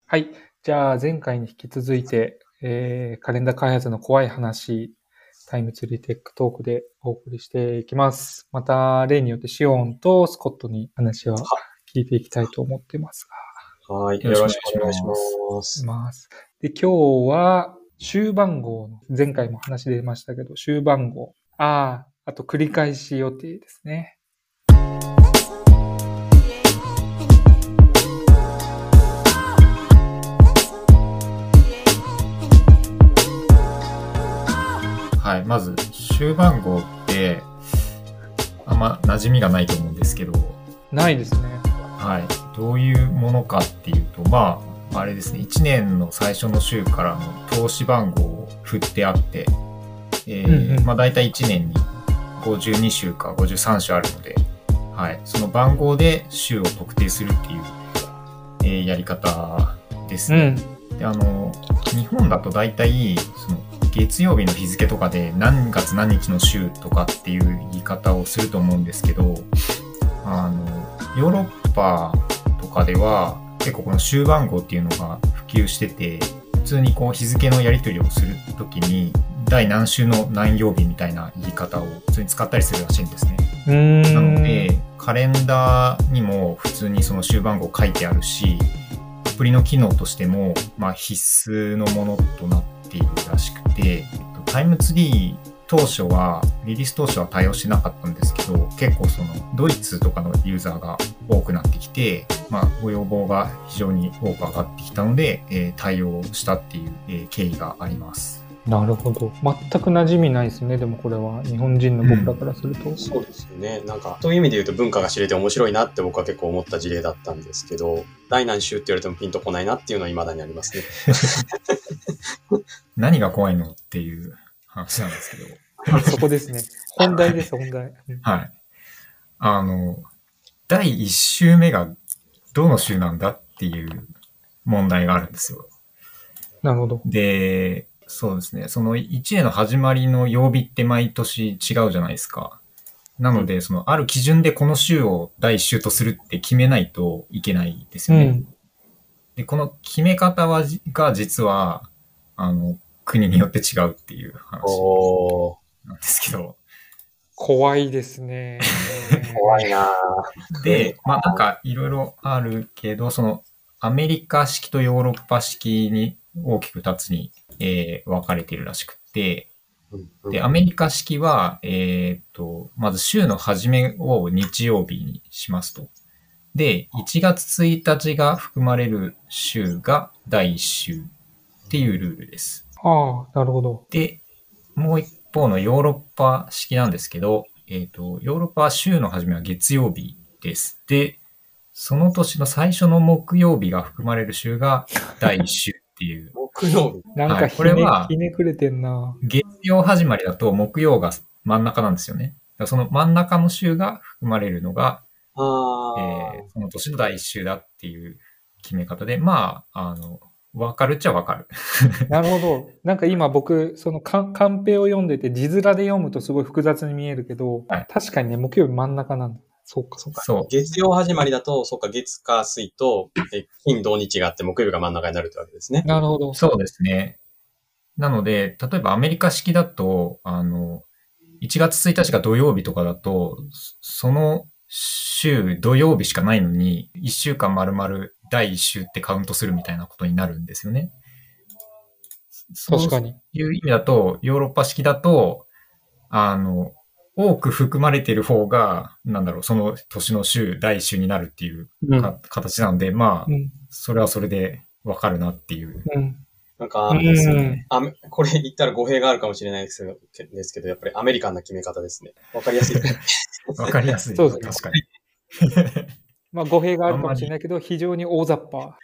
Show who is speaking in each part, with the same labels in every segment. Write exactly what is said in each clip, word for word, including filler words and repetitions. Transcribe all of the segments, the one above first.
Speaker 1: はい。じゃあ、前回に引き続いて、えー、カレンダー開発の怖い話、タイムツリーテックトークでお送りしていきます。また、例によってシオンとスコットに話は聞いていきたいと思ってます
Speaker 2: はい。
Speaker 3: よろしく
Speaker 2: よろしくお願いし
Speaker 3: お願いしま
Speaker 2: ますす。。
Speaker 1: ますで、今日は、週番号の、前回も話出ましたけど、週番号。ああ、あと繰り返し予定ですね。
Speaker 3: はい。まず、週番号って、あんま馴染みがないと思うんですけど、
Speaker 1: ないですね。
Speaker 3: はい。どういうものかっていうと、まあ、あれですね、いちねんの最初の週からの投資番号を振ってあって、えー
Speaker 1: うんうん
Speaker 3: まあ大体いちねんにごじゅうに週かごじゅうさん週あるので、はい。その番号で週を特定するっていう、えーやり方です
Speaker 1: う
Speaker 3: ね。
Speaker 1: ん。
Speaker 3: で、あの、日本だと大体、その、月曜日の日付とかで何月何日の週とかっていう言い方をすると思うんですけど、あの、ヨーロッパとかでは結構この週番号っていうのが普及してて、普通にこう日付のやり取りをするときに、第何週の何曜日みたいな言い方を普通に使ったりするらしいんですね。
Speaker 1: うーん。
Speaker 3: なので、カレンダーにも普通にその週番号書いてあるし、アプリの機能としても、まあ、必須のものとなっているらしくて、タイムツリー当初は、リリース当初は対応してなかったんですけど、結構そのドイツとかのユーザーが多くなってきて、まあ、ご要望が非常に多く上がってきたので、えー対応したっていう、えー経緯があります。
Speaker 1: なるほど。全く馴染みないですね。でもこれは日本人の僕らからすると。
Speaker 2: そうですよね。なんか、そういう意味で言うと文化が知れて面白いなって僕は結構思った事例だったんですけど、第何週って言われてもピンとこないなっていうのは未だにありますね。
Speaker 3: 何が怖いのっていう話なんですけど。
Speaker 1: そこですね。本題です、本題。うん
Speaker 3: はい。あの、だいいち週目がどの週なんだっていう問題があるんですよ。
Speaker 1: なるほど。
Speaker 3: で、そうですね。そのいちねんの始まりの曜日って毎年違うじゃないですか。なので、そのある基準でこの週をだいいち週とするって決めないといけないですよね。
Speaker 1: うん。
Speaker 3: で、この決め方はじが実は、あの、国によって違うっていう話
Speaker 2: おー、
Speaker 3: なんですけど。
Speaker 1: 怖いですね。
Speaker 2: 怖いな
Speaker 3: で、まあなんかいろいろあるけど、そのアメリカ式とヨーロッパ式に大きく二つに、えー分かれているらしくて、
Speaker 2: ぁ。
Speaker 3: で、アメリカ式は、えーっと、まず週の初めを日曜日にしますと。で、いちがつついたちが含まれる週がだいいち週っていうルールです。
Speaker 1: ああ、なるほど。
Speaker 3: で、もう一方のヨーロッパ式なんですけど、えっ、と、ヨーロッパは週の初めは月曜日です。で、その年の最初の木曜日が含まれる週がだいいち週っていう。
Speaker 2: 木曜日。
Speaker 1: なん
Speaker 3: はい
Speaker 1: かひね、
Speaker 3: これは
Speaker 1: ひねくれてんな。
Speaker 3: 月曜始まりだと木曜が真ん中なんですよね。だからその真ん中の週が含まれるのが、
Speaker 2: あ
Speaker 3: えーその年のだいいち週だっていう決め方で、まあ、あの、わかるっちゃわかる。
Speaker 1: なるほど。なんか今僕、そのカンカンペを読んでて、字面で読むとすごい複雑に見えるけど、
Speaker 3: はい
Speaker 1: 確かにね、木曜日真ん中なんだ。そうか、そうか。
Speaker 3: そう
Speaker 2: ー。。月曜始まりだと、そっか、月火水と、え金土日があって木曜日が真ん中になるってわけですね。
Speaker 1: なるほど。
Speaker 3: そうですね。なので、例えばアメリカ式だと、あの、いちがつついたちが土曜日とかだと、その週土曜日しかないのに、いっしゅうかん丸々だいいち週ってカウントするみたいなことになるんですよね。
Speaker 1: 確かに。
Speaker 3: そういう意味だと、ヨーロッパ式だと、あの、多く含まれている方が、なんだろう、その年の週、だいいち週になるっていう
Speaker 1: うん。
Speaker 3: か形なので、まあ
Speaker 1: う、ん。
Speaker 3: それはそれでわかるなっていう。
Speaker 1: うん。
Speaker 2: なんか、
Speaker 1: うん。
Speaker 2: あめこれ言ったら語弊があるかもしれないですけど、ですけどやっぱりアメリカンな決め方ですね。わかりやすい。
Speaker 3: わかりやすい。
Speaker 1: そうですね
Speaker 3: 確かに。
Speaker 1: まあ語弊があるかもしれないけど、非常に大雑把。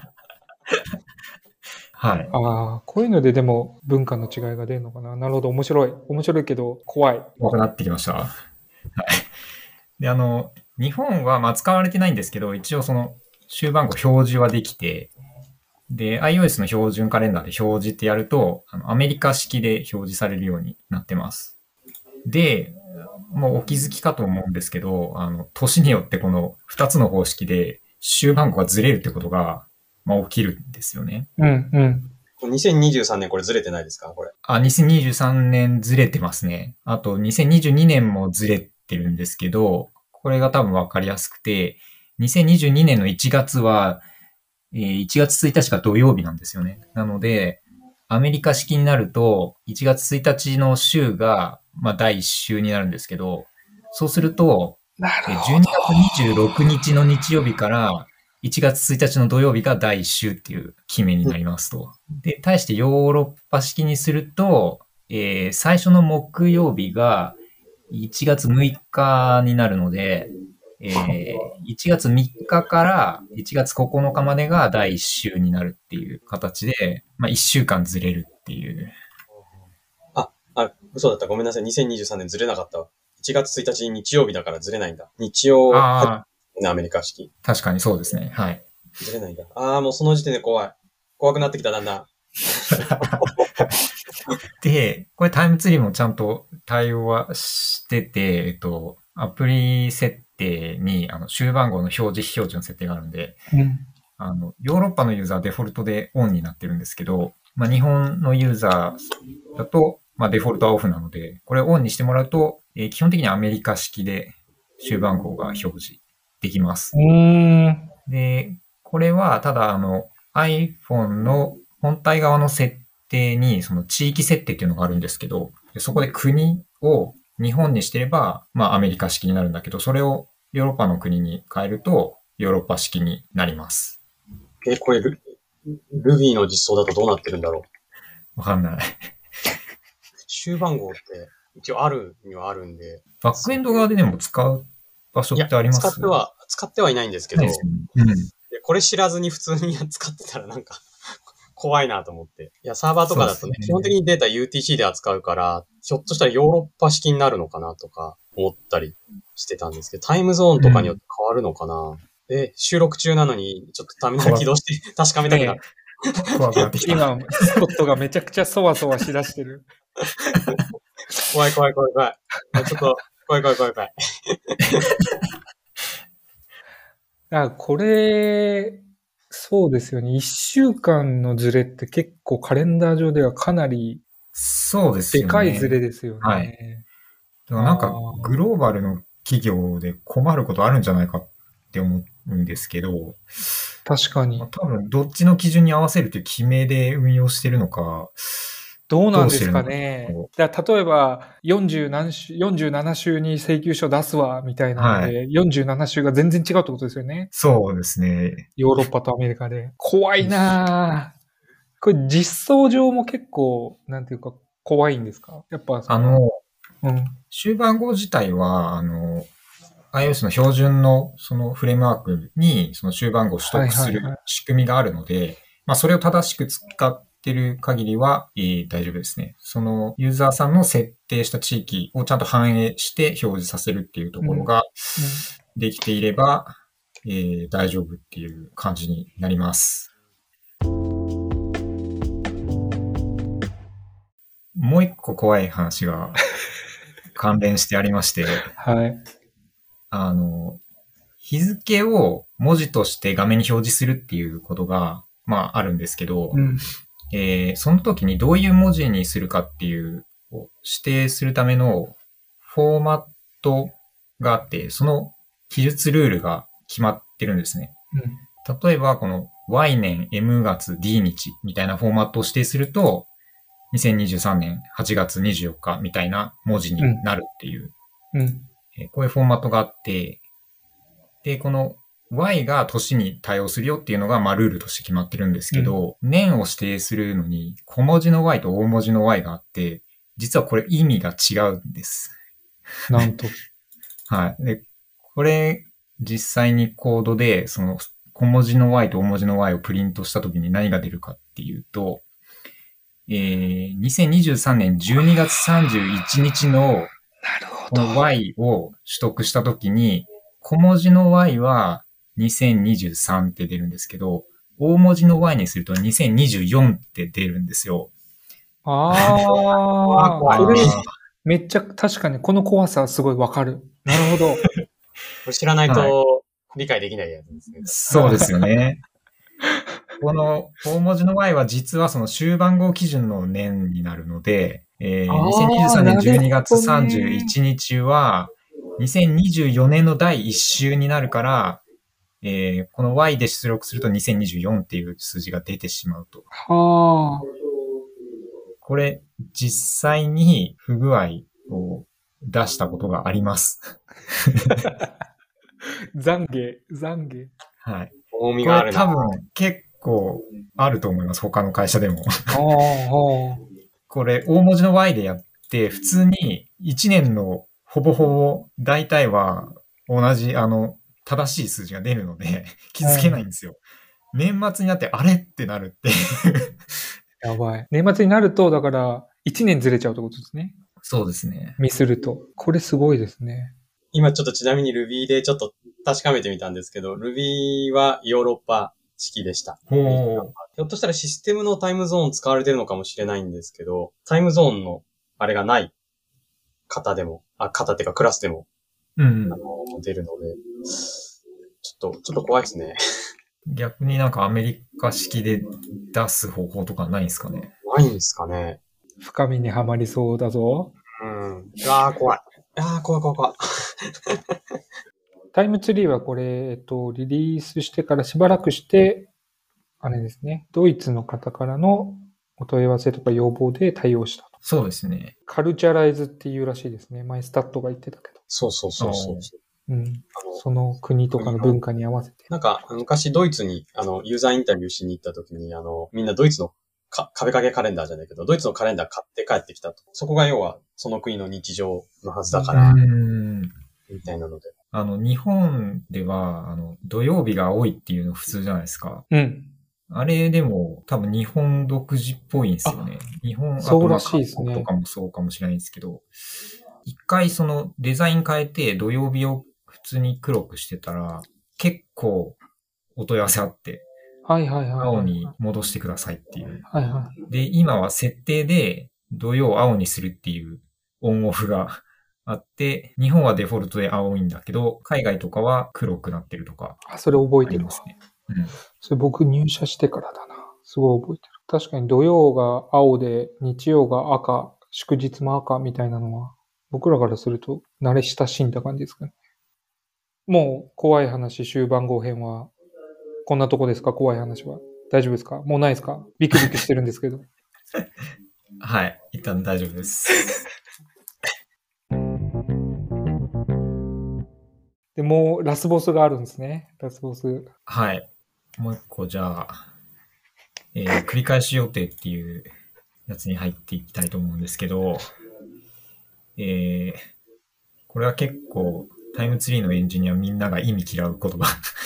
Speaker 3: はい。
Speaker 1: ああ、こういうのででも文化の違いが出るのかな。なるほど、面白い。面白いけど、怖い。
Speaker 3: 怖くなってきました。はい。で、あの、日本はまあ使われてないんですけど、一応その週番号表示はできて、で、iOS の標準カレンダーで表示ってやると、あのアメリカ式で表示されるようになってます。で、もうお気づきかと思うんですけど、あの、年によってこのふたつの方式で週番号がずれるってことがまあ、起きるんですよね。
Speaker 1: うんうん。
Speaker 2: にせんにじゅうさんねんこれずれてないですかこれ。
Speaker 3: あ、にせんにじゅうさんねんずれてますね。あと、にせんにじゅうにねんもずれてるんですけど、これが多分わかりやすくて、にせんにじゅうにねんのいちがつは、えーいちがつついたちが土曜日なんですよね。なので、アメリカ式になると、いちがつついたちの週が、まあ、だいいっ週になるんですけど、そうすると、
Speaker 1: なる
Speaker 3: えー
Speaker 1: ほど。
Speaker 3: じゅうにがつにじゅうろくにちの日曜日からいちがつついたちの土曜日がだいいっ週っていう決めになりますと。で、対してヨーロッパ式にすると、えー最初の木曜日がいちがつむいかになるので、えーいちがつみっかからいちがつここのかまでがだいいっ週になるっていう形で、まあ、いっしゅうかんずれるっていう。
Speaker 2: あ、あ、嘘だった。ごめんなさい。にせんにじゅうさんねんずれなかったわ。いちがつついたち日曜日だからずれないんだ。日曜、
Speaker 3: ああ、
Speaker 2: ね、アメリカ式。
Speaker 3: 確かにそうですね。はい。
Speaker 2: ずれないんだ。ああ、もうその時点で怖い。怖くなってきた、だんだん。
Speaker 3: で、これタイムツリーもちゃんと対応はしてて、えっと、アプリ設定に、あの、週番号の表示非表示の設定があるんで、
Speaker 1: うん
Speaker 3: あの、ヨーロッパのユーザーはデフォルトでオンになってるんですけど、まあ、日本のユーザーだと、まあ、デフォルトはオフなので、これをオンにしてもらうと、えー基本的にはアメリカ式で週番号が表示できます。
Speaker 1: うーん。
Speaker 3: で、これは、ただ、あの、iPhone の本体側の設定に、その地域設定っていうのがあるんですけど、そこで国を日本にしてれば、まあアメリカ式になるんだけど、それをヨーロッパの国に変えると、ヨーロッパ式になります。
Speaker 2: え、これル、ルビーの実装だとどうなってるんだろう。
Speaker 3: わかんない。
Speaker 2: 週番号って一応あるにはあるんで。
Speaker 3: バックエンド側ででも使う場所ってあります？
Speaker 2: 使っては、使ってはいないんですけど、
Speaker 3: ないですね。うん。
Speaker 2: これ知らずに普通に使ってたらなんか怖いなと思って。いや、サーバーとかだとね、
Speaker 3: そうですね
Speaker 2: 基本的にデータ ユーティーシー で扱うから、ひょっとしたらヨーロッパ式になるのかなとか思ったりしてたんですけど、タイムゾーンとかによって変わるのかな、うん、え、収録中なのに、ちょっとターミナル起動して確かめたくなる。
Speaker 3: 怖くなってきた。
Speaker 1: 今、スコットがめちゃくちゃそわそわしだしてる。
Speaker 2: 怖い怖い怖い怖い。ちょっと、怖い怖い怖い怖い。
Speaker 1: あ、これ、そうですよね。一週間のズレって結構カレンダー上ではかなり
Speaker 3: そうですよね。
Speaker 1: でかいズレですよね。
Speaker 3: はい。だからなんかグローバルの企業で困ることあるんじゃないかって思うんですけど、
Speaker 1: 確かに。
Speaker 3: まあ、多分どっちの基準に合わせるという決めで運用してるのか、
Speaker 1: どうなんですかね。だから例えばよんじゅう何週、よんじゅうなな週に請求書出すわみたいなので、はい、よんじゅうなな週が全然違うってことですよね。
Speaker 3: そうですね。
Speaker 1: ヨーロッパとアメリカで。怖いなぁ。これ実装上も結構、なんていうか怖いんですか？やっぱ
Speaker 3: あの、
Speaker 1: うん、
Speaker 3: 週番号自体は、あの、iOS の標準のそのフレームワークにその週番号を取得する仕組みがあるので、はいはいはい、まあそれを正しく使ってる限りは、えー、大丈夫ですね。そのユーザーさんの設定した地域をちゃんと反映して表示させるっていうところができていれば、うんうん、えー、大丈夫っていう感じになります。もう一個怖い話が関連してありまして、
Speaker 1: はい。
Speaker 3: あの、日付を文字として画面に表示するっていうことが、まああるんですけど、
Speaker 1: うん
Speaker 3: えー、その時にどういう文字にするかっていうを指定するためのフォーマットがあって、その記述ルールが決まってるんですね。
Speaker 1: うん、
Speaker 3: 例えばこの Y 年 M 月 D 日みたいなフォーマットを指定すると、にせんにじゅうさんねんはちがつにじゅうよっかみたいな文字になるっていう、
Speaker 1: うんうん
Speaker 3: えー、こういうフォーマットがあって、で、この Y が年に対応するよっていうのが、まあ、ルールとして決まってるんですけど、うん、年を指定するのに小文字の Y と大文字の Y があって、実はこれ意味が違うんです。
Speaker 1: なんと。
Speaker 3: はい。で、これ実際にコードで、その小文字の Y と大文字の Y をプリントしたときに何が出るかっていうと、えー、にせんにじゅうさんねんじゅうにがつさんじゅういちにちのこの Y を取得したときに、小文字の Y はにせんにじゅうさんって出るんですけど、大文字の Y にするとにせんにじゅうよんって出るんですよ。
Speaker 1: ああ、これめっちゃ確かにこの怖さすごいわかる。なるほど。こ
Speaker 2: れ知らないと理解できないやつですね。
Speaker 3: そうですよね。 この大文字の Y は実はその終番号基準の年になるので、えー、にせんにじゅうさんねんじゅうにがつさんじゅういちにちはにせんにじゅうよねんのだいいっ週になるから、えー、この Y で出力するとにせんにじゅうよんっていう数字が出てしまうと。
Speaker 1: はあ。
Speaker 3: これ実際に不具合を出したことがあります。
Speaker 1: 懺悔、懺悔。
Speaker 3: はい。
Speaker 2: 重みがあるな。
Speaker 3: これ多分結構あると思います。他の会社でも。
Speaker 1: ああ。
Speaker 3: これ大文字の Y でやって普通にいちねんのほぼほぼ大体は同じあの正しい数字が出るので気づけないんですよ。うん、年末になってあれってなるって
Speaker 1: やばい。年末になるとだからいちねんずれちゃうってことですね。
Speaker 3: そうですね。
Speaker 1: ミスると。これすごいですね。
Speaker 2: 今ちょっとちなみに Ruby でちょっと確かめてみたんですけど、Ruby はヨーロッパ式でした。
Speaker 3: ほう。
Speaker 2: ひょっとしたらシステムのタイムゾーン使われてるのかもしれないんですけど、タイムゾーンのあれがない型でも、あ、型っていうかクラスでも、
Speaker 3: うん、
Speaker 2: あの出るので、ちょっと、ちょっと怖いですね。
Speaker 3: 逆になんかアメリカ式で出す方法とかないんですかね。
Speaker 2: ないんですかね。
Speaker 1: 深みにはまりそうだぞ。
Speaker 2: うん。ああ、怖い。ああ、怖い怖い怖い。
Speaker 1: タイムツリーはこれ、えっと、リリースしてからしばらくして、あれですね、ドイツの方からのお問い合わせとか要望で対応したと。
Speaker 3: そうですね。
Speaker 1: カルチャライズっていうらしいですね。前スタットが言ってたけど。
Speaker 2: そうそうそうそう。
Speaker 1: うん、その国とかの文化に合わせて。
Speaker 2: なんか、昔ドイツに、あの、ユーザーインタビューしに行った時に、あの、みんなドイツのか壁掛けカレンダーじゃないけど、ドイツのカレンダー買って帰ってきたと。そこが要は、その国の日常のはずだから、
Speaker 3: うん
Speaker 2: みたいなので。
Speaker 3: あの、日本では、あの、土曜日が青いっていうの普通じゃないですか。
Speaker 1: うん。
Speaker 3: あれでも多分日本独自っぽいんですよね。日本、
Speaker 1: そうらしいですね。
Speaker 3: とかもそうかもしれないんですけど、一回そのデザイン変えて土曜日を普通に黒くしてたら、結構お問い合わせあって、
Speaker 1: はいはいはい、はい。
Speaker 3: 青に戻してくださいっていう。
Speaker 1: はいはい。
Speaker 3: で、今は設定で土曜青にするっていうオンオフがあって、日本はデフォルトで青いんだけど、海外とかは黒くなってるとか。
Speaker 1: あ、それ覚えてる
Speaker 3: ますね。うん。
Speaker 1: それ僕入社してからだな。すごい覚えてる。確かに土曜が青で、日曜が赤、祝日も赤みたいなのは、僕らからすると慣れ親しんだ感じですかね。もう怖い話終盤号編は、こんなとこですか？怖い話は。大丈夫ですか？もうないですか？ビクビクしてるんですけど。
Speaker 3: はい。一旦大丈夫です。
Speaker 1: で、もうラスボスがあるんですね。ラスボス。
Speaker 3: はい。もう一個じゃあ、えー、繰り返し予定っていうやつに入っていきたいと思うんですけど、えー、これは結構タイムツリーのエンジニアみんなが意味嫌う言葉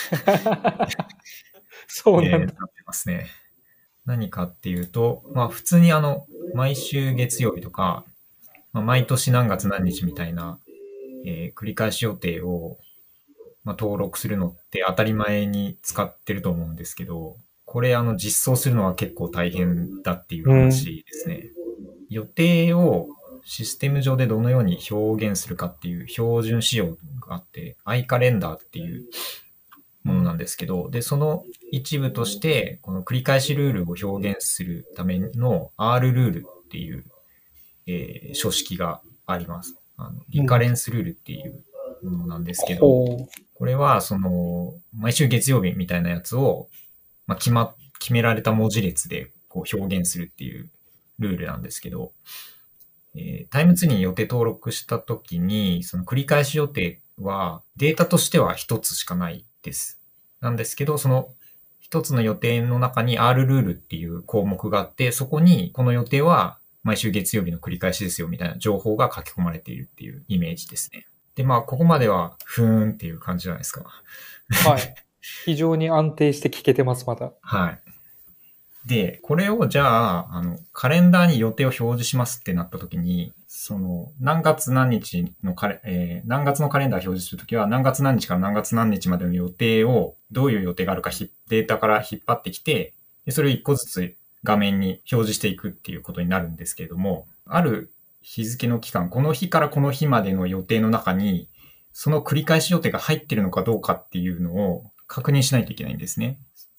Speaker 1: そうなんだ、えー、なって
Speaker 3: ますね。何かっていうと、まあ普通にあの毎週月曜日とか、まあ、毎年何月何日みたいな、えー、繰り返し予定を、まあ、登録するのって当たり前に使ってると思うんですけど、これあの実装するのは結構大変だっていう話ですね。うん、予定をシステム上でどのように表現するかっていう標準仕様があって、iCalendarっていうものなんですけど、で、その一部として、この繰り返しルールを表現するための R ルールっていう、えー、書式があります。あのリカレンスルールっていうものなんですけど、うん、これはその毎週月曜日みたいなやつを、まあ、決ま、決められた文字列でこう表現するっていうルールなんですけど、えー、タイムツリーに予定登録したときに、その繰り返し予定はデータとしては一つしかないです。なんですけど、その一つの予定の中に R ルールっていう項目があって、そこにこの予定は毎週月曜日の繰り返しですよみたいな情報が書き込まれているっていうイメージですね。で、まあ、ここまではふーんっていう感じじゃないですか。
Speaker 1: はい。非常に安定して聞けてます、また。
Speaker 3: はい。で、これをじゃあ、あの、カレンダーに予定を表示しますってなった時に、その、何月何日のカレ、えー、何月のカレンダーを表示するときは、何月何日から何月何日までの予定を、どういう予定があるかデータから引っ張ってきて、でそれを一個ずつ画面に表示していくっていうことになるんですけれども、ある日付の期間、この日からこの日までの予定の中に、その繰り返し予定が入ってるのかどうかっていうのを確認しないといけないんですね。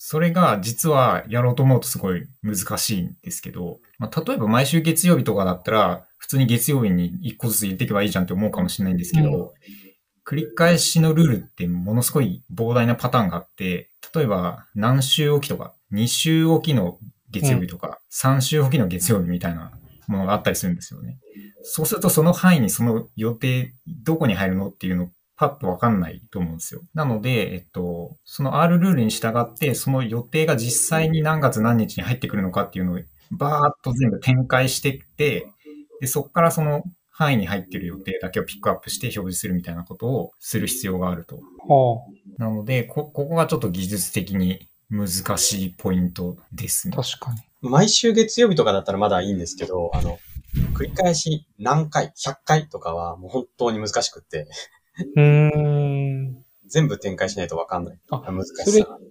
Speaker 3: それが実はやろうと思うとすごい難しいんですけど、まあ、例えば毎週月曜日とかだったら、普通に月曜日にいっこずつ入れていけばいいじゃんって思うかもしれないんですけど、うん、繰り返しのルールってものすごい膨大なパターンがあって、例えば何週おきとか、に週おきの月曜日とか、うん、さん週おきの月曜日みたいなものがあったりするんですよね。そうするとその範囲にその予定どこに入るのっていうのパッとわかんないと思うんですよ。なので、えっと、その R ルールに従って、その予定が実際に何月何日に入ってくるのかっていうのをバーッと全部展開していって、で、そこからその範囲に入っている予定だけをピックアップして表示するみたいなことをする必要があると。はあ、なのでこ、ここがちょっと技術的に難しいポイントですね。
Speaker 1: 確かに。
Speaker 2: 毎週月曜日とかだったらまだいいんですけど、あの、繰り返し何回、ひゃっかいとかはもう本当に難しくって。
Speaker 1: うーん
Speaker 2: 全部展開しないと分かんない。
Speaker 1: あ、難しさ。それって、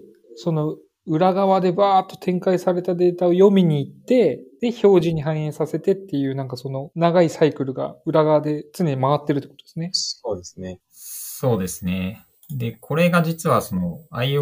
Speaker 1: その裏側でバーッと展開されたデータを読みに行って、で、表示に反映させてっていう、なんかその長いサイクルが裏側で常に回ってるってことですね。
Speaker 2: そうですね。
Speaker 3: そうですね。で、これが実はその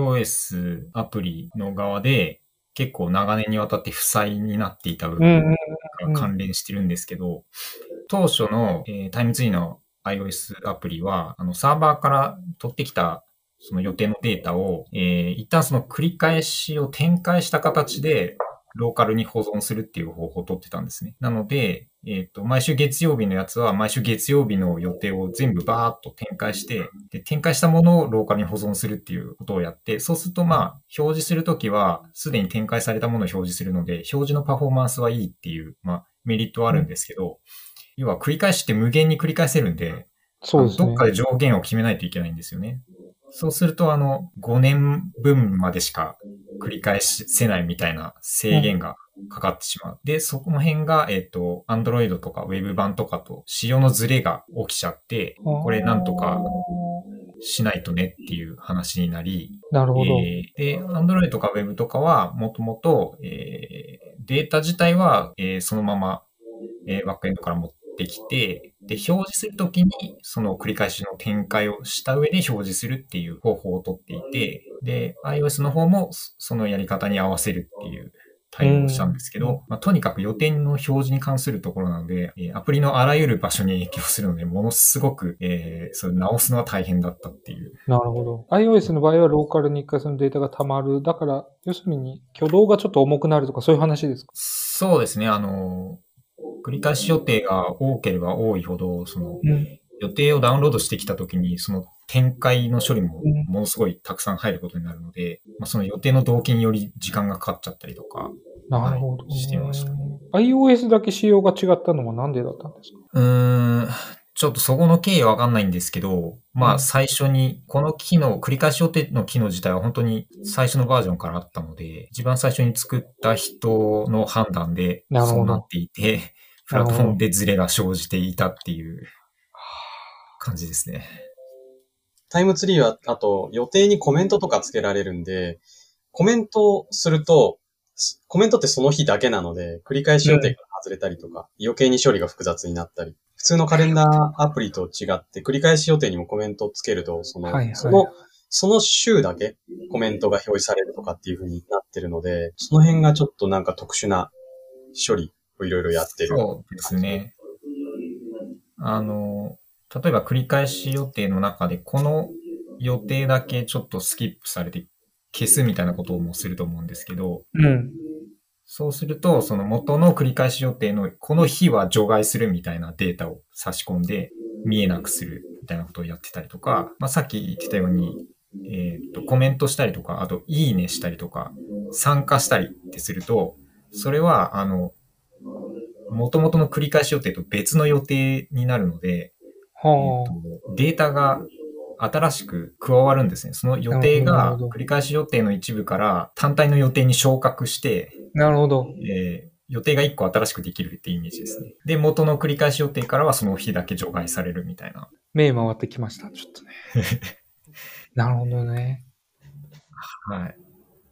Speaker 3: iOS アプリの側で結構長年にわたって負債になっていた部分が関連してるんですけど、当初の、えー、タイムツリーのiOS アプリは、あの、サーバーから取ってきた、その予定のデータを、えー、一旦その繰り返しを展開した形で、ローカルに保存するっていう方法を取ってたんですね。なので、えっと、毎週月曜日のやつは、毎週月曜日の予定を全部バーっと展開して、で、展開したものをローカルに保存するっていうことをやって、そうするとまあ、表示するときは、すでに展開されたものを表示するので、表示のパフォーマンスはいいっていう、まあ、メリットはあるんですけど、うん、要は繰り返しって無限に繰り返せるんで、そうですね。どっかで上限を決めないといけないんですよね。そうすると、あの、ごねんぶんまでしか繰り返せないみたいな制限がかかってしまう。うん、で、そこの辺が、えっと、Android とか Web 版とかと仕様のズレが起きちゃって、これなんとかしないとねっていう話になり、
Speaker 1: なるほど。
Speaker 3: えー、で、Android とか Web とかは、もともと、えー、データ自体は、えー、そのまま、えー、バックエンドから持ってきて、で、表示するときに、その繰り返しの展開をした上で表示するっていう方法をとっていて、で、iOS の方もそのやり方に合わせるっていう対応をしたんですけど、まあ、とにかく予定の表示に関するところなので、アプリのあらゆる場所に影響するので、ものすごく、えー、それ直すのは大変だったっていう。
Speaker 1: なるほど。iOS の場合はローカルに一回そのデータが溜まる。だから、要するに挙動がちょっと重くなるとかそういう話ですか？
Speaker 3: そうですね。あの、繰り返し予定が多ければ多いほど、その、予定をダウンロードしてきたときに、その展開の処理もものすごいたくさん入ることになるので、まあ、その予定の同期により時間がかかっちゃったりとか、
Speaker 1: なるほど、ね、
Speaker 3: はい、してましたね。
Speaker 1: iOS だけ仕様が違ったのはなんでだったんですか？
Speaker 3: うーん、ちょっとそこの経緯はわかんないんですけど、まあ最初にこの機能、繰り返し予定の機能自体は本当に最初のバージョンからあったので、一番最初に作った人の判断でそうなっていて、プラットフォームでズレが生じていたっていう感じですね。
Speaker 2: タイムツリーは、あと予定にコメントとかつけられるんで、コメントすると、コメントってその日だけなので、繰り返し予定から外れたりとか、うん、余計に処理が複雑になったり、普通のカレンダーアプリと違って、繰り返し予定にもコメントをつけると、その、はいはい、その、その週だけコメントが表示されるとかっていう風になってるので、その辺がちょっとなんか特殊な処理をいろいろやってる。
Speaker 3: そうですね。あの、例えば繰り返し予定の中で、この予定だけちょっとスキップされて消すみたいなことをもすると思うんですけど、
Speaker 1: うん、
Speaker 3: そうすると、その元の繰り返し予定のこの日は除外するみたいなデータを差し込んで見えなくするみたいなことをやってたりとか、まあ、さっき言ってたように、えーと、コメントしたりとか、あといいねしたりとか、参加したりってすると、それは、あの、元々の繰り返し予定と別の予定になるので、
Speaker 1: はあ
Speaker 3: えーと、データが新しく加わるんですね。その予定が繰り返し予定の一部から単体の予定に昇格して、
Speaker 1: なるほど。
Speaker 3: えー、予定が一個新しくできるっていうイメージですね。で、元の繰り返し予定からはその日だけ除外されるみたいな。
Speaker 1: 目回ってきました、ちょっとね。なるほどね。
Speaker 3: はい。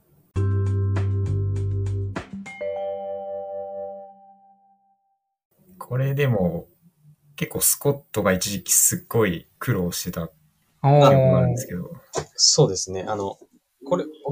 Speaker 3: これでも結構スコットが一時期すっごい苦労してた記憶があるんですけど。
Speaker 2: そうですね。あの、これ、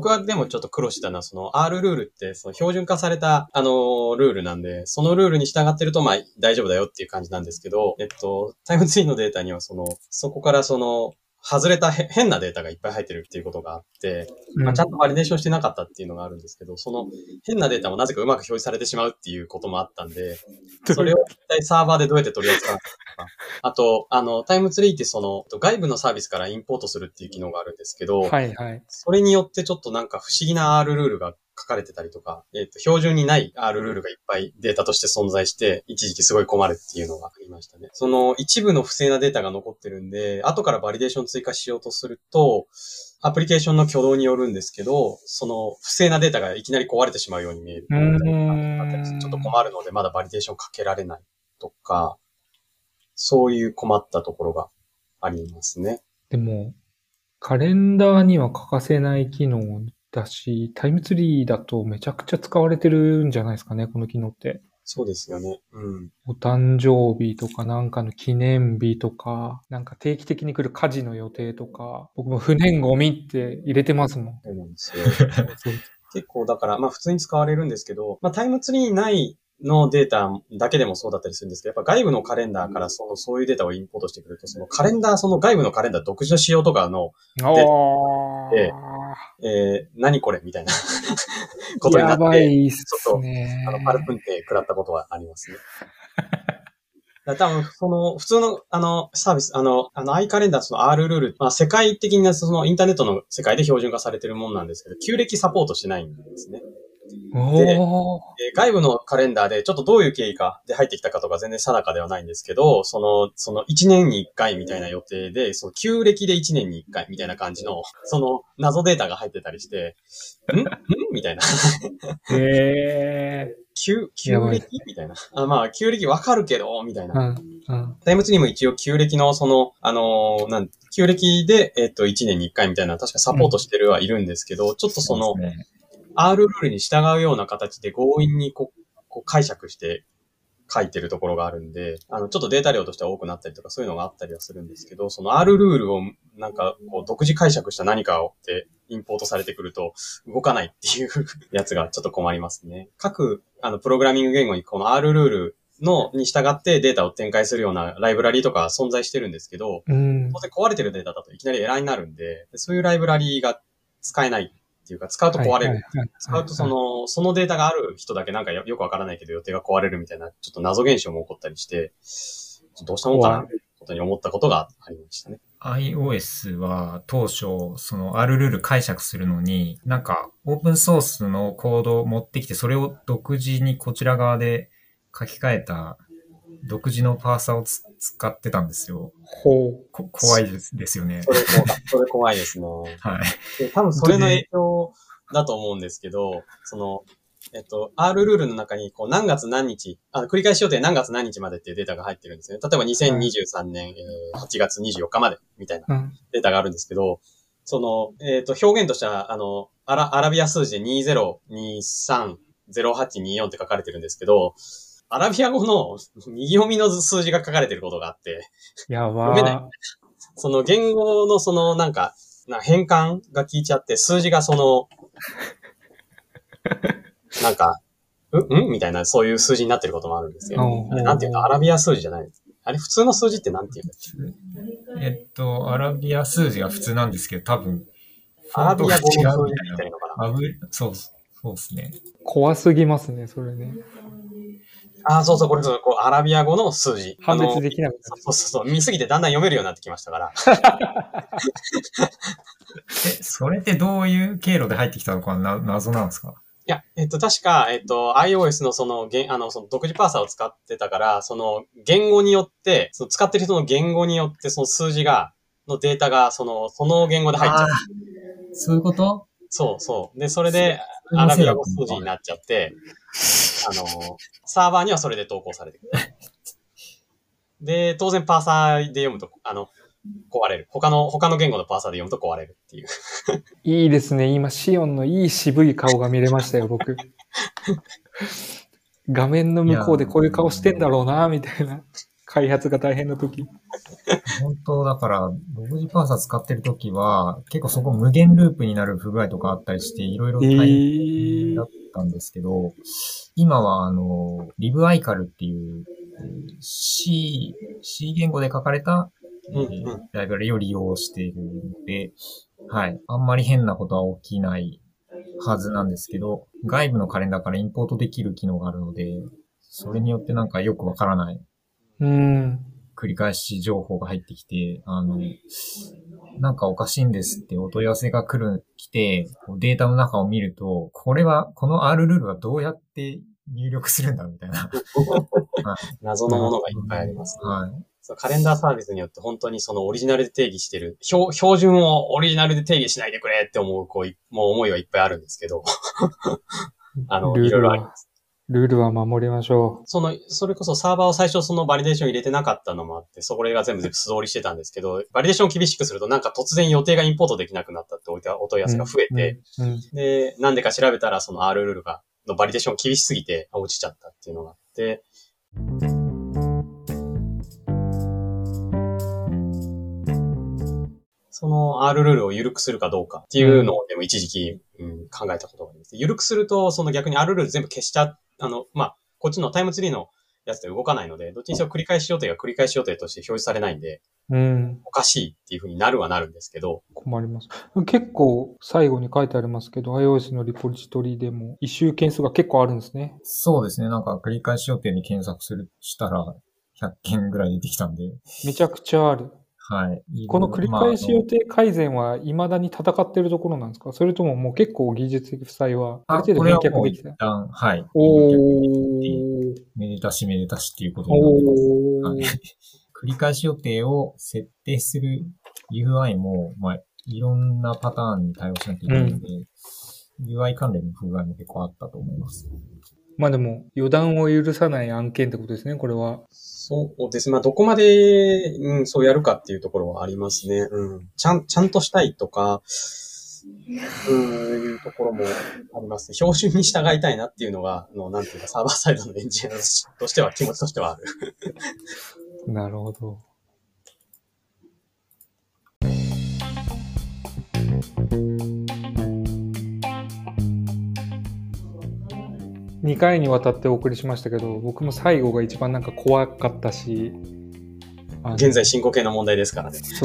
Speaker 2: 僕はでもちょっと苦労したのは、その R ルールって、その標準化された、あの、ルールなんで、そのルールに従ってると、まあ、大丈夫だよっていう感じなんですけど、えっと、タイムツリーのデータには、その、そこからその、外れた変なデータがいっぱい入ってるっていうことがあって、まあ、ちゃんとバリデーションしてなかったっていうのがあるんですけど、その変なデータもなぜかうまく表示されてしまうっていうこともあったんで、それを一体サーバーでどうやって取り扱うのか。あと、あの、タイムツリーってその、外部のサービスからインポートするっていう機能があるんですけど、
Speaker 1: はいはい。
Speaker 2: それによってちょっとなんか不思議な R ルールが書かれてたりとか、えっと、標準にない R ルールがいっぱいデータとして存在して、一時期すごい困るっていうのがありましたね。その一部の不正なデータが残ってるんで、後からバリデーション追加しようとすると、アプリケーションの挙動によるんですけど、その不正なデータがいきなり壊れてしまうように見える。
Speaker 1: うーん。
Speaker 2: ちょっと困るので、まだバリデーションかけられないとか、そういう困ったところがありますね。
Speaker 1: でも、カレンダーには欠かせない機能だし、タイムツリーだとめちゃくちゃ使われてるんじゃないですかね、この機能って。
Speaker 2: そうですよね。うん。
Speaker 1: お誕生日とかなんかの記念日とか、なんか定期的に来る家事の予定とか、僕も不燃ゴミって入れてますもん。
Speaker 2: そうなんですよ。結構だから、まあ普通に使われるんですけど、まあタイムツリー内のデータだけでもそうだったりするんですけど、やっぱ外部のカレンダーからその、そういうデータをインポートしてくると、そのカレンダー、その外部のカレンダー独自の仕様とかのデータで、えー、何これみたいなことになって、
Speaker 1: やばいっす
Speaker 2: ちょっと、あの、パルプンって食らったことはありますね。多分、その、普通の、あの、サービス、あの、あの、アイカレンダー、その R ルール、まあ、世界的な、その、インターネットの世界で標準化されてるもんなんですけど、旧暦サポートしてないんですね。で、外部のカレンダーでちょっとどういう経緯かで入ってきたかとか全然定かではないんですけど、その、そのいちねんにいっかいみたいな予定で、その旧暦でいちねんにいっかいみたいな感じの、その謎データが入ってたりして、んんみたいな。
Speaker 1: へー。
Speaker 2: 旧、旧暦みたいな。あまあ、旧暦わかるけど、みたいな。
Speaker 1: うんうん、
Speaker 2: タイムツリーも一応旧暦のその、あのー、なん、旧暦で、えっと、いちねんにいっかいみたいな、確かサポートしてるはいるんですけど、うん、ちょっとその、ね、R ルールに従うような形で強引にこう、こう解釈して書いてるところがあるんで、あの、ちょっとデータ量としては多くなったりとかそういうのがあったりはするんですけど、その R ルールをなんかこう独自解釈した何かをってインポートされてくると動かないっていうやつがちょっと困りますね。各、あの、プログラミング言語にこの R ルールのに従ってデータを展開するようなライブラリーとか存在してるんですけど、うん、当然壊れてるデータだといきなりエラーになるんで、そういうライブラリーが使えないっていうか、使うと壊れる。はいはいはいはい、使うとその、そのデータがある人だけなんかよくわからないけど予定が壊れるみたいな、ちょっと謎現象も起こったりして、どうしたもんかなってことに思ったことがありましたね。
Speaker 3: iOS は当初、その R ルール解釈するのに、なんかオープンソースのコードを持ってきて、それを独自にこちら側で書き換えた独自のパーサーをつ使ってたんですよ。
Speaker 1: ほう。
Speaker 3: こ怖いですですよね。
Speaker 2: それ怖それ怖いですね。
Speaker 3: はい。
Speaker 2: で多分それの影響だと思うんですけど、その、えっと、R ルールの中に、こう、何月何日、あの、繰り返し予定何月何日までっていうデータが入ってるんですね。例えばにせんにじゅうさんねん、うんえー、はちがつにじゅうよっかまで、みたいなデータがあるんですけど、その、えっと、表現としては、あの、アラ、アラビア数字でにせんにじゅうさん ゼロはちにじゅうよんって書かれてるんですけど、アラビア語の右読みの数字が書かれてることがあって、
Speaker 1: やば
Speaker 2: 読めない。その言語のそのなんか、な変換が効いちゃって、数字がその、なんか、うんんみたいな、そういう数字になってることもあるんですよ。あれなんていうのアラビア数字じゃない。あれ普通の数字ってなんていうんだ
Speaker 3: えっと、アラビア数字が普通なんですけど、多分、
Speaker 2: アラビア語の数字って言ったらいいのかな。
Speaker 3: そう、そうですね。
Speaker 1: 怖すぎますね、それね。
Speaker 2: ああ、そうそう、これ、こう、アラビア語の数字。
Speaker 1: 判別できなくなる。
Speaker 2: そうそうそう、見すぎてだんだん読めるようになってきましたから。
Speaker 3: え、それってどういう経路で入ってきたのかな、謎なんですか？
Speaker 2: いや、えっと、確か、えっと、iOS のその、あの、その独自パーサーを使ってたから、その、言語によって、その使ってる人の言語によって、その数字が、のデータが、その、その言語で入っちゃう。
Speaker 3: そういうこと？
Speaker 2: そうそう。で、それで、アラビア語数字になっちゃって、あの、サーバーにはそれで投稿されてくる。で、当然パーサーで読むと、あの、壊れる。他の、他の言語のパーサーで読むと壊れるっていう。
Speaker 1: いいですね。今、シオンのいい渋い顔が見れましたよ、僕。画面の向こうでこういう顔してんだろうな、みたいな開発が大変な時。
Speaker 3: 本当だから、ログジパーサー使ってる時は、結構そこ無限ループになる不具合とかあったりして、いろいろ大変だったんですけど、えー、今はあの、LibICal っていう C、C 言語で書かれた、えー、ライブラリを利用しているので、はい。あんまり変なことは起きないはずなんですけど、外部のカレンダーからインポートできる機能があるので、それによってなんかよくわからない。
Speaker 1: うん。
Speaker 3: 繰り返し情報が入ってきて、あの、なんかおかしいんですってお問い合わせが来る、来て、データの中を見ると、これは、この R ルールはどうやって入力するんだみたいな。
Speaker 2: 謎のものがいっぱいありますね。
Speaker 3: はい。
Speaker 2: そうカレンダーサービスによって本当にそのオリジナルで定義してる、標標準をオリジナルで定義しないでくれって思う、こう、もう思いはいっぱいあるんですけど、あの、いろいろあります。
Speaker 1: ルールは守りましょう。
Speaker 2: その、それこそサーバーを最初そのバリデーション入れてなかったのもあって、そこが全部素通りしてたんですけど、バリデーションを厳しくするとなんか突然予定がインポートできなくなったってお問い合わせが増えて、
Speaker 1: うんうんうん、
Speaker 2: で、なんでか調べたらその R ルールが、のバリデーション厳しすぎて落ちちゃったっていうのがあって、その R ルールを緩くするかどうかっていうのをでも一時期、うん、考えたことがあります。緩くすると、その逆に R ルール全部消しちゃ、あの、まあ、こっちのタイムツリーのやつで動かないので、どっちにせよ繰り返し予定が繰り返し予定として表示されないんで、
Speaker 1: うん、
Speaker 2: おかしいっていう風になるはなるんですけど。
Speaker 1: 困ります。結構最後に書いてありますけど、iOS のリポジトリでも一周件数が結構あるんですね。
Speaker 3: そうですね。なんか繰り返し予定に検索する、したらひゃっけんぐらい出てきたんで。
Speaker 1: めちゃくちゃある。
Speaker 3: はい。
Speaker 1: この繰り返し予定改善は未だに戦っているところなんですか？それとももう結構技術的負債はある程度返却できた？
Speaker 3: はい。
Speaker 1: おー。
Speaker 3: めでたしめでたしっていうことになってます。繰り返し予定を設定する ユーアイ も、まあ、いろんなパターンに対応しなきゃいけないので、うん、ユーアイ 関連の不具合も結構あったと思います。
Speaker 1: まあでも、予断を許さない案件ってことですね、これは。
Speaker 2: そうです。まあ、どこまで、うん、そうやるかっていうところはありますね。うん。ちゃん、ちゃんとしたいとか、うん、いうところもありますね。標準に従いたいなっていうのが、あの、なんていうか、サーバーサイドのエンジニアとしては、気持ちとしてはある。
Speaker 1: なるほど。にかいにわたってお送りしましたけど、僕も最後が一番なんか怖かったし、
Speaker 2: 現在進行形の問題ですからね。
Speaker 1: そう。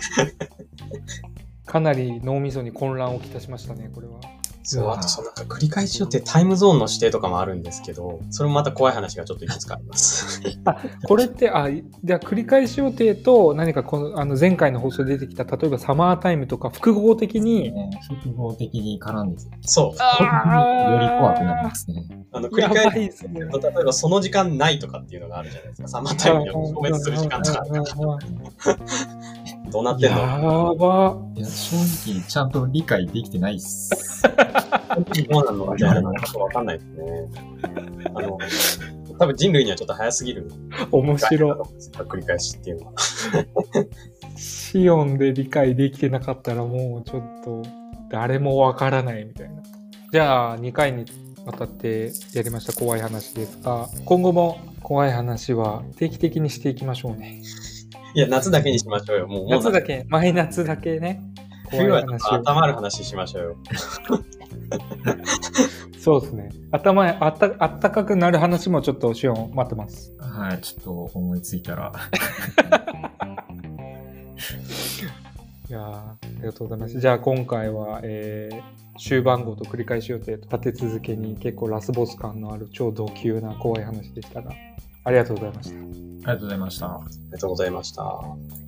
Speaker 1: かなり脳みそに混乱をきたしましたね、これは。
Speaker 2: そう、あとそのなんか繰り返し予定タイムゾーンの指定とかもあるんですけど、それもまた怖い話がちょっといくつかあります。
Speaker 1: あ、これって、あ、じゃあ繰り返し予定と何かこの、あの前回の放送で出てきた、例えばサマータイムとか複合的に、
Speaker 3: ね、複合的に絡んでる。
Speaker 2: そう。
Speaker 3: あより怖くなりますね。
Speaker 2: あの、繰り返し、ね、例えばその時間ないとかっていうのがあるじゃないですか。サマータイムに消滅する時間とか。どうなってんの？
Speaker 1: やば。
Speaker 3: いや、正直ちゃんと理解できてないっす。
Speaker 2: 本当にどうなのみたいなのかわかんないですね。あの、多分人類にはちょっと早すぎる。
Speaker 1: 面白い。
Speaker 2: 繰り返しっていうのは。
Speaker 1: シオンで理解できてなかったらもうちょっと誰もわからないみたいな。じゃあにかいにわたってやりました怖い話ですが、今後も怖い話は定期的にしていきましょうね。
Speaker 2: いや、夏だけにしましょうよ。もう
Speaker 1: 夏だけ、毎夏だけね。
Speaker 2: 冬は頭ある話しましょうよ。
Speaker 1: そうですね。頭あった、あったかくなる話もちょっとシオン待ってます。
Speaker 3: はい、ちょっと思いついたら。
Speaker 1: いやありがとうございます。じゃあ今回は、えー、終番号と繰り返し予定と立て続けに結構ラスボス感のある超ド級な怖い話でしたが、ありがとうございました。
Speaker 3: ありがとうございました。
Speaker 2: ありがとうございました。